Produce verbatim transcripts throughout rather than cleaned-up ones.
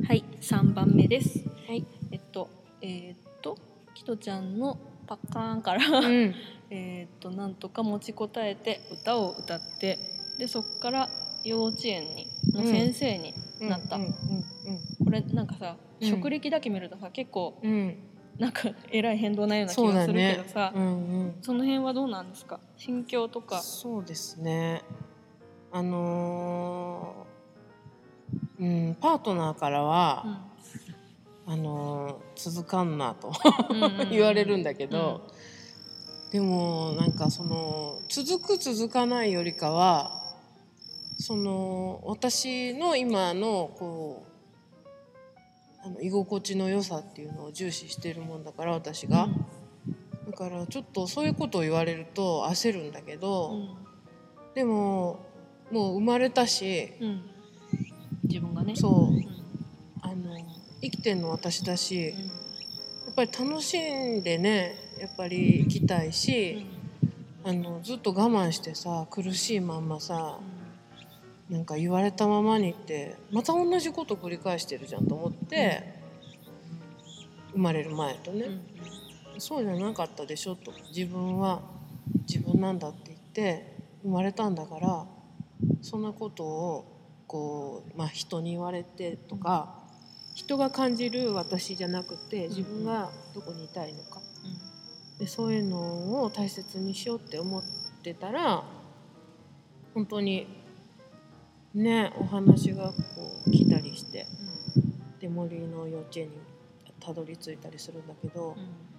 はい、さんばんめです。 はい。 えっと、えー、っと、きとちゃんのパッカーンから、 うん、 えっと、なんとか持ちこたえて歌を歌って、で、そっから幼稚園にの先生になった。 うんうんうんうん、 これなんかさ、 うん、 職歴だけ見るとさ、結構、 うん、 なんかえらい変動なような気がするけどさ、 そうだね、うんうん、 その辺はどうなんですか？心境とか。 そうですね。あのー、うん、パートナーからは、うん、あのー、続かんなと言われるんだけど、うん、でもなんかその続く続かないよりかは、その私の今のこうあの居心地の良さっていうのを重視してるもんだから、私が、うん、だからちょっとそういうことを言われると焦るんだけど、うん、でももう生まれたし、うん、 自分がね、 そう、うん、あの生きてんの私だし、うん、やっぱり楽しんでねやっぱり生きたいし、うん、あのずっと我慢してさ苦しいまんまさ、うん、なんか言われたままにってまた同じこと繰り返してるじゃんと思って、うん、生まれる前とね、うん、そうじゃなかったでしょと、自分は自分なんだって言って生まれたんだから、そんなことをこう、まあ、人に言われてとか、人が感じる私じゃなくて自分がどこにいたいのか、うん、でそういうのを大切にしようって思ってたら、本当にねお話がこう来たりして、うん、で森の幼稚園にたどり着いたりするんだけど、うんうん、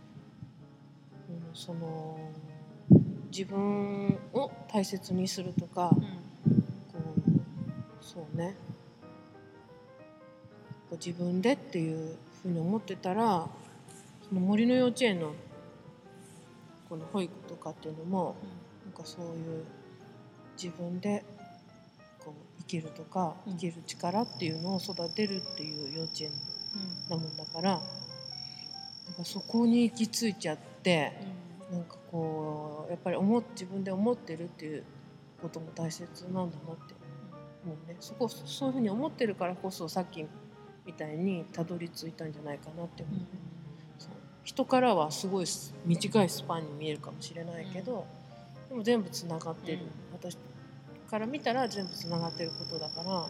その自分を大切にするとか、うん、こうそうね自分でっていうふうに思ってたら、その森の幼稚園のこの保育とかっていうのも、うん、なんかそういう自分でこう生きるとか、うん、生きる力っていうのを育てるっていう幼稚園なもんだから、うん、なんかそこに行き着いちゃって、うん、なんかこうやっぱり思自分で思ってるっていうことも大切なんだなって思うね。そこそういうふうに思ってるからこそさっきみたいにたどり着いたんじゃないかなって思うね、うん、そう人からはすごい短いスパンに見えるかもしれないけど、うん、でも全部つながってる、うん、私から見たら全部つながってることだから、うん、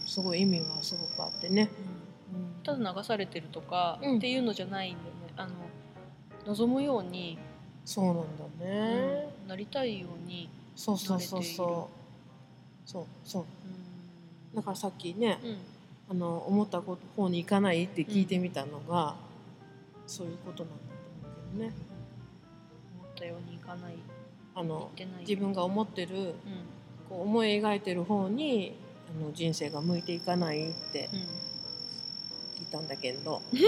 すごい意味がすごくあってね、 うん、ただ流されてるとかっていうのじゃないんでね、うん、あの望むようにそうなんだね、 うん、なりたいようにそうそうそうそうそうそう、うん、だからさっきね、うん、あの思った方に行かないって聞いてみたのが、うん、そういうことなんだと思うけどね。 思ったようにいかない、 あの自分が思ってる、うん、こう思い描いてる方にあの人生が向いていかないって聞いたんだけど、うん、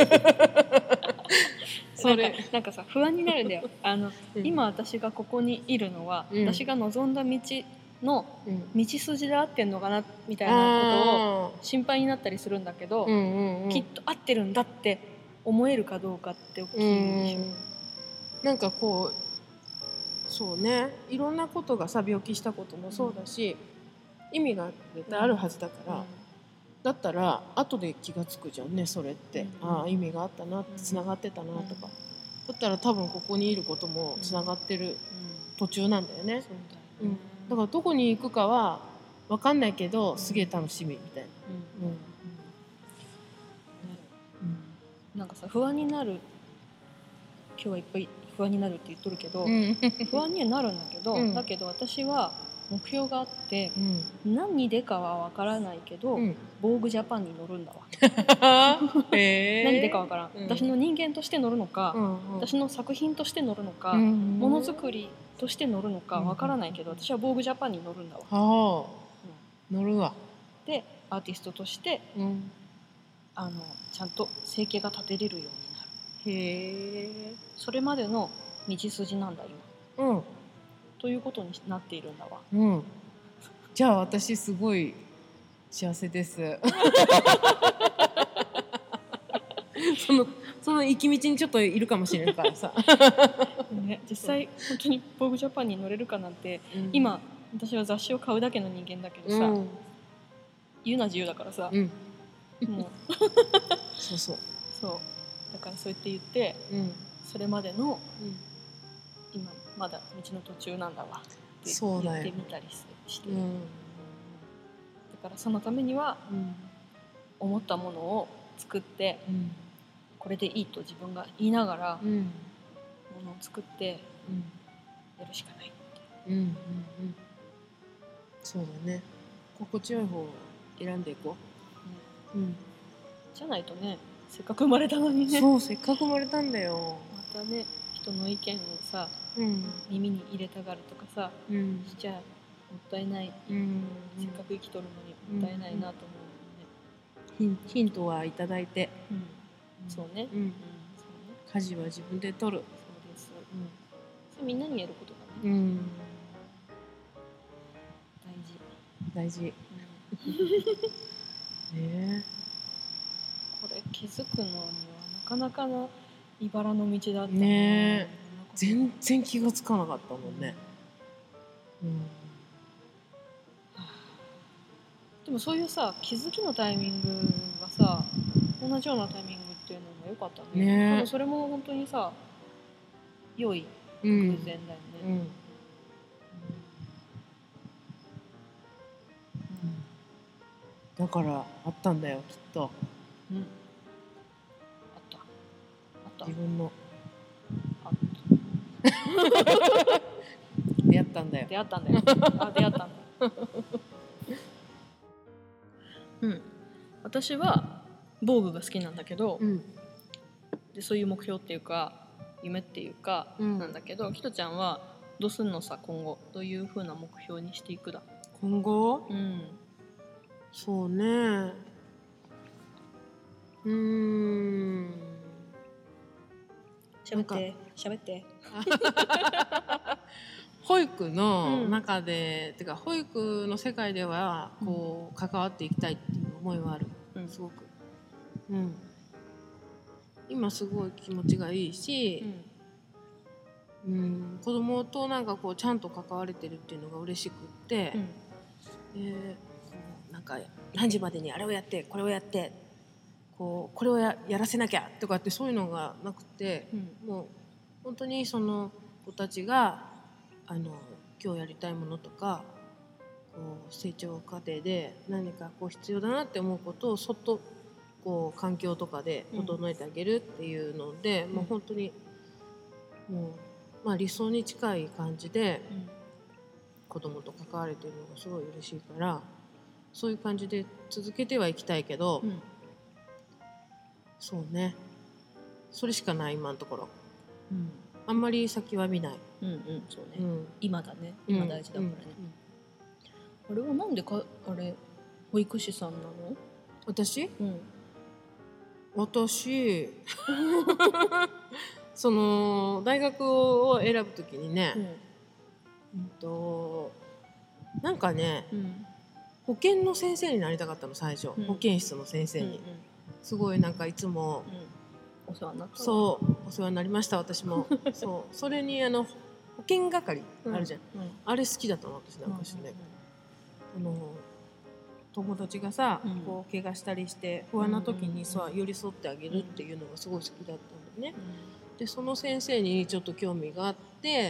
それなんか、なんかさ不安になるんだよあの、うん、今私がここにいるのは、うん、私が望んだ道の道筋で合ってんのかなみたいなことを心配になったりするんだけど、うんうんうん、きっと合ってるんだって思えるかどうかって大きいでしょ、うん、 なんかこうそうね、いろんなことがさ病気したこともそうだし、うん、意味が絶対あるはずだから、うん、だったら後で気がつくじゃんねそれって、うん、ああ意味があったなつながってたなとか、だったら多分ここにいることもつながってる途中なんだよね、うんうん、だからどこに行くかは分かんないけどすげえ楽しみみたいな、うんうんうんうん、なんかさ不安になる、今日はいっぱい不安になるって言っとるけど、うん、不安にはなるんだけど、うん、だけど私は目標があって、うん、何でかは分からないけど、うん、ボーグジャパンに乗るんだわ何でか分からん、うん、私の人間として乗るのか、うんうん、私の作品として乗るのか、ものづくりとして乗るのか分からないけど、うん、私はボーグジャパンに乗るんだわ、うん、 乗るわでアーティストとして、うん、あのちゃんと生計が立てれるようになる。へー、それまでの道筋なんだ今、うん、ということになっているんだわ、 うん、じゃあ私すごい幸せですそのその行き道にちょっといるかもしれんからさ、 ね、実際本当にボーグジャパンに乗れるかなんて、うん、今私は雑誌を買うだけの人間だけどさ、うん、 言うのは自由だからさ、 うん、 もうそうそうそうだからそうやって言って、 うん、 それまでの、 うん、 今まだ道の途中なんだわってそうだよ言ってみたりして、 うん、 だからそのためには、 うん、 思ったものを作って、 うん、 これでいいと自分が言いながら、 うん、 ものを作ってやるしかないっていう、 うんうんうん、そうだね、心地よい方を選んでいこう、うんうん、 じゃないとね、せっかく生まれたのにね、 そうせっかく生まれたんだよ、 またね人の意見をさ、うん、耳に入れたがるとかさ、うん、しちゃもったいない、うん、せっかく生きとるのにもったいないなと思うのね、 ヒン、ヒントはいただいて、 うん、そうね、うんうん、そうね、 家事は自分で取る、 そうです、うん、それみんなに言えることだね、うん、大事大事、うん、ねえ、これ気づくのにはなかなかな茨の道だったね。 ね、全然気がつかなかったもんね、うんうん、 でもそういうさ気づきのタイミングがさ同じようなタイミングっていうのも良かったね。ね、多分それも本当にさ良い偶然だよね、うんうんうん、 だからあったんだよきっと、うん、 あったあった自分のあった出会ったんだよ出会ったんだよあ出会ったんだうん私は防具が好きなんだけど、うん、でそういう目標っていうか夢っていうか、うん、なんだけどひとちゃんはどうすんのさ今後どういう風な目標にしていくだ今後、うん、そうねうーん喋って喋って保育の中で、うん、てか保育の世界ではこう、うん、関わっていきたいっていう思いはある、うん、すごく、うん、今すごい気持ちがいいし、うんうん、子供となんかこうちゃんと関われてるっていうのが嬉しくって、うん、でこうなんか何時までにあれをやってこれをやってこうこれを や, やらせなきゃとかってそういうのがなくて、うん、もう本当にその子たちがあの今日やりたいものとかこう成長過程で何かこう必要だなって思うことをそっとこう環境とかで整えてあげるっていうので、うん、もう本当にもう、まあ、理想に近い感じで子供と関われてるのがすごい嬉しいからそういう感じで続けてはいきたいけど、うん、そうねそれしかない今のところ、うん、あんまり先は見ない、 うんうんそうね、うん、今だね今大事だからね、うんうん、あれはなんでかあれ保育士さんなの私、うん、私その大学を選ぶときにね、うんうんとなんかね、うん、保健の先生になりたかったの最初、うん、保健室の先生に、うんうん、すごいなんかいつも、 うん、お世話になったそうお世話になりました私もそうそれにあの保健係あるじゃん、うんうん、あれ好きだったの私なんかしね、うんうんうん、あの友達がさ、うん、こう怪我したりして不安な時にさ、うん、寄り添ってあげるっていうのがすごい好きだったんだよね、うん、でその先生にちょっと興味があって、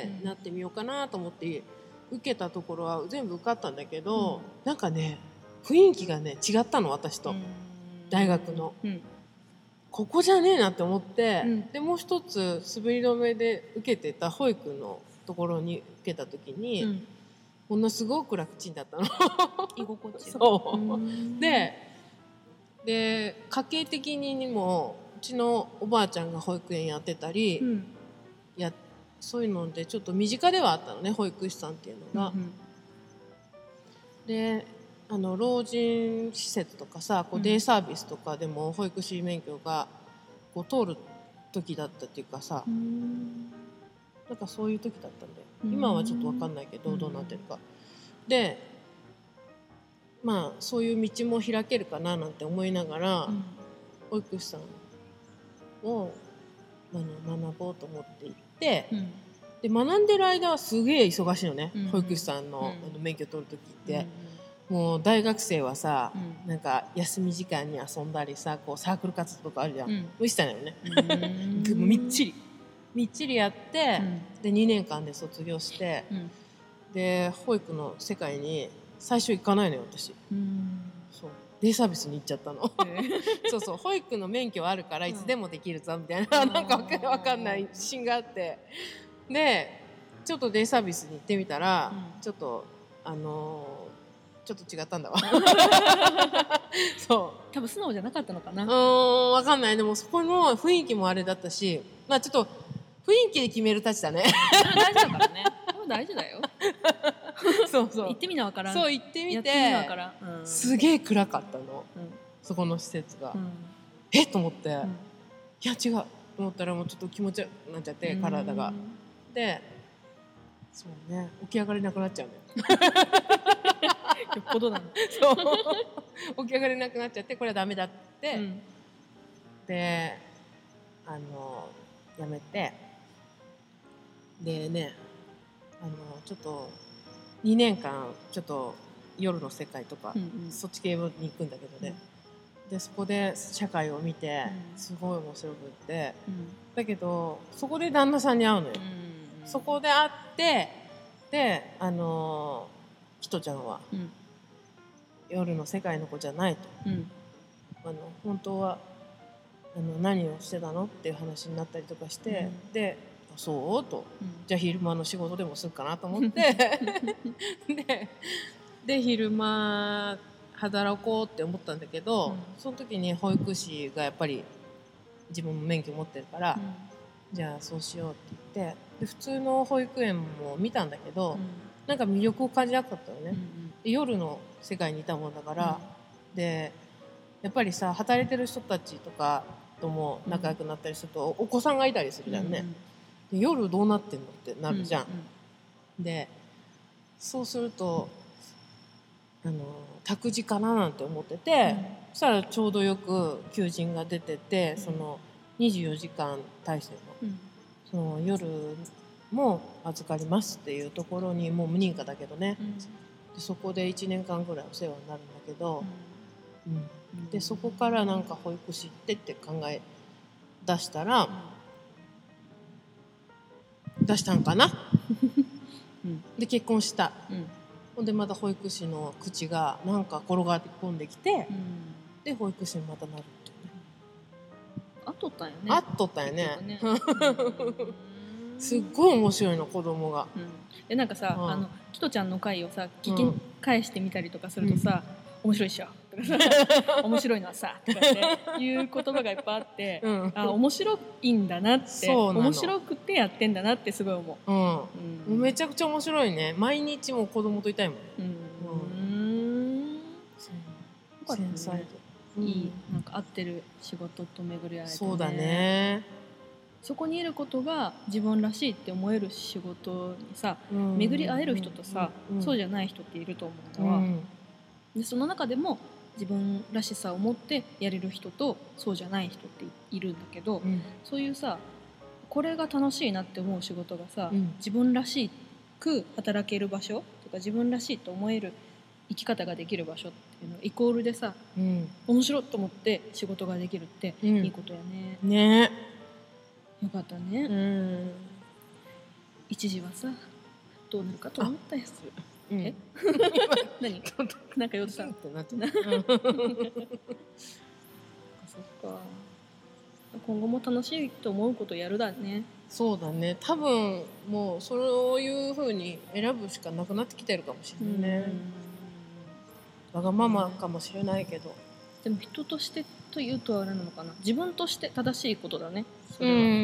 うん、なってみようかなと思って受けたところは全部受かったんだけど、うん、なんかね雰囲気がね違ったの私と、うん、大学の、うん、ここじゃねえなって思って、うん、でもう一つ滑り止めで受けてた保育のところに受けた時に、うん、ものすごく楽ちんだったの居心地そうでで家計的にもうちのおばあちゃんが保育園やってたり、うん、やそういうのでちょっと身近ではあったのね保育士さんっていうのが、うんうん、であの老人施設とかさこうデイサービスとかでも保育士免許がこう通る時だったっていうかさ、うん、なんかそういう時だったんで、うん、今はちょっと分かんないけど、うん、どうなってるかでまあそういう道も開けるかななんて思いながら、うん、保育士さんをあの学ぼうと思って行って、うん、で学んでる間はすげえ忙しいのね、うん、保育士さん の,、うん、あの免許取る時って、 もう大学生はさ、 うん、 なんか休み時間に遊んだりさ、こうサークル活動とかあるじゃん、 うん、 もう一切ないよね。 もうみっちりみっちりやって、 うん、 でにねんかんで卒業して、 うん、 で保育の世界に最初行かないのよ私。 うん、 そうデイサービスに行っちゃったの。 えーそうそう保育の免許はあるからいつでもできるぞみたいな、うん、なんかわかんない自信があって、でちょっとデイサービスに行ってみたら、うん、ちょっとあのーちょっと違ったんだわ。そう多分素直じゃなかったのかな。 うーんわかんない。でもそこの雰囲気もあれだったし、まあちょっと雰囲気で決めるたちだね。 大事だからね。大事だよ。 そうそう行ってみなわからん。 そう行ってみてやってみなわからん、うん、 すげえ暗かったの、 うん、そこの施設が、 うん、 えっと思って、うん、いや違うと思ったらもうちょっと気持ち悪くなっちゃって体が、でそうね起き上がれなくなっちゃうのよ。 よっぽどなの。 そう起き上がれなくなっちゃってこれはダメだって、うん、であのやめてでねあのちょっとにねんかんちょっと夜の世界とか、うんうん、そっち系に行くんだけどね、うん、でそこで社会を見てすごい面白くって、うん、だけどそこで旦那さんに会うのよ、うんうん、そこで会ってであのキトちゃんは、うん、夜の世界の子じゃないと、うん、あの本当はあの何をしてたのっていう話になったりとかして、うん、でそうと、うん、じゃあ昼間の仕事でもするかなと思ってで, で昼間働こうって思ったんだけど、うん、その時に保育士がやっぱり自分も免許持ってるから、うん、じゃあそうしようって言ってで普通の保育園も見たんだけど、うん、なんか魅力を感じなかったよね、うんうん、で夜の世界にいたもんだから、うん、でやっぱりさ働いてる人たちとかとも仲良くなったりすると、うん、お子さんがいたりするじゃんね、うんうんで夜どうなってんのってなるじゃん、うんうん、でそうするとあの託児かななんて思ってて、うん、そしたらちょうどよく求人が出てて、うん、そのにじゅうよじかん体制の、うん、その夜も預かりますっていうところにもう無認可だけどね、うん、でそこでいちねんかんぐらいお世話になるんだけど、うんうん、でそこからなんか保育士ってって考え出したら、うん出したんかな、うん、で結婚した、うん、ほんでまた保育士の口がなんか転がり込んできて、うん、で保育士にまたなるっていうねあっとったんやねあっとったんやね、ねすっごい面白いの子供が、うん、 でなんかさ、うん、あのキトちゃんの回をさ聞き返してみたりとかするとさ、うん、面白いっしょとかさ面白いのはさとかっていう言葉がいっぱいあって、うん、あ面白いんだなって面白くてやってんだなってすごい思う、うんうん、めちゃくちゃ面白いね毎日も子供といたいもん、うんうん繊細で、 うん、 いいなんか合ってる仕事と巡り合えて、ね、 そうだねそこにいることが自分らしいって思える仕事にさ、うん、巡り合える人とさ、うん、そうじゃない人っていると思うんだわ、うん、でその中でも自分らしさを持ってやれる人とそうじゃない人っているんだけど、うん、そういうさこれが楽しいなって思う仕事がさ、うん、自分らしく働ける場所とか自分らしいと思える生き方ができる場所っていうのイコールでさ、うん、面白いと思って仕事ができるっていいことやね、 うん、ねよかったね、うん、一時はさどうなるかと思ったやつ、うん、え何なんか言おうとしたってなってそっか今後も楽しいと思うことやるだねそうだね多分もうそういう風に選ぶしかなくなってきてるかもしれないねわがままかもしれないけど、 でも人としてというとあれなのかな自分として正しいことだねそれは、うんうんうん、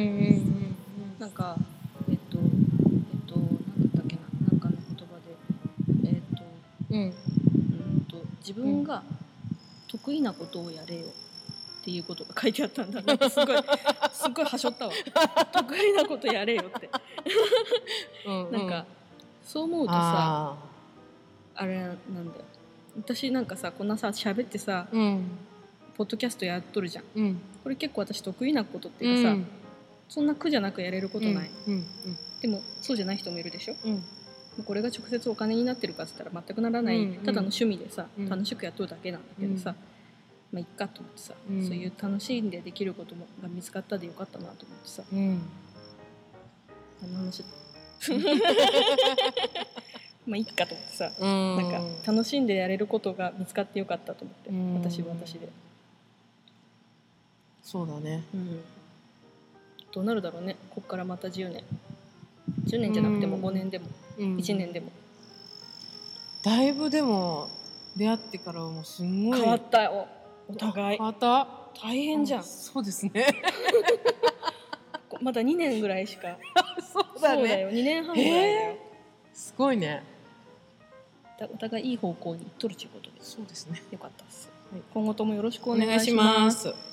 なんかえっとえっと何だったっけななんかの言葉でえっと、うん、うんと自分が得意なことをやれよっていうことが書いてあったんだなんかすごいすごいはしょったわ得意なことやれよってうん、うん、なんかそう思うとさ あ, あれなんだよ私なんかさこんなさ喋ってさ、うん、ポッドキャストやっとるじゃん、うん、これ結構私得意なことっていうかさ、うん、そんな苦じゃなくやれることない、うんうんうん、でもそうじゃない人もいるでしょ、うん、 これが直接お金になってるかって言ったら全くならない、うんうん、ただの趣味でさ、うん、楽しくやっとるだけなんだけどさ、うん、まあいっかと思ってさ、うん、そういう楽しんでできることもが見つかったでよかったなと思ってさ、うん、何の話だまあいっかと思ってさ、うん、なんか楽しんでやれることが見つかってよかったと思って、うん、私は私で。 そうだね、うん、 どうなるだろうね、こっからまたじゅうねんじゅうねんじゃなくてもごねんでも、うん、いちねんでも。 だいぶでも出会ってからはもうすんごい変わったよ、お互い。 変わった。 大変じゃん。 そうですねまだにねんぐらいしかそうだね、 そうだよ、にねんはんぐらいだよ。 すごいね。 お互いいい方向にいっとるということで。 そうですね、 よかったです、はい、今後ともよろしくお願いします。はい、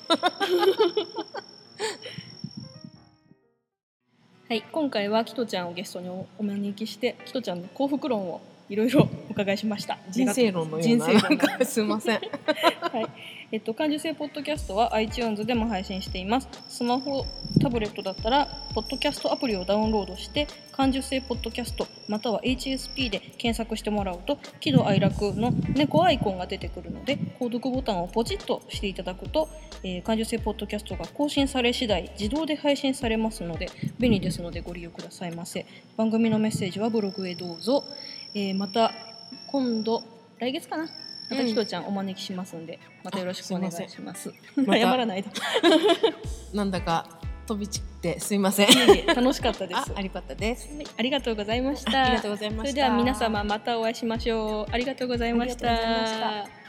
今回はキトちゃんをゲストにお招きしてキトちゃんの幸福論をいろいろお伺いしました。 人生論のような、なんかすいませんはい、えっと、感受性ポッドキャストは iTunes でも配信しています。スマホ、タブレットだったらポッドキャストアプリをダウンロードして感受性ポッドキャストまたは エイチエスピー で検索してもらうと喜怒哀楽の猫アイコンが出てくるので購読ボタンをポチッとしていただくと、えー、感受性ポッドキャストが更新され次第自動で配信されますので便利ですのでご利用くださいませ。番組のメッセージはブログへどうぞ。えー、また今度来月かな、またキトちゃんお招きしますんで、うん、またよろしくお願いします。謝らないでなんだか飛び散ってすいません楽しかったです。 あ、ありがとうです、 はい、ありがとうございました。 ありがとうございました。 それでは皆様またお会いしましょう。ありがとうございました。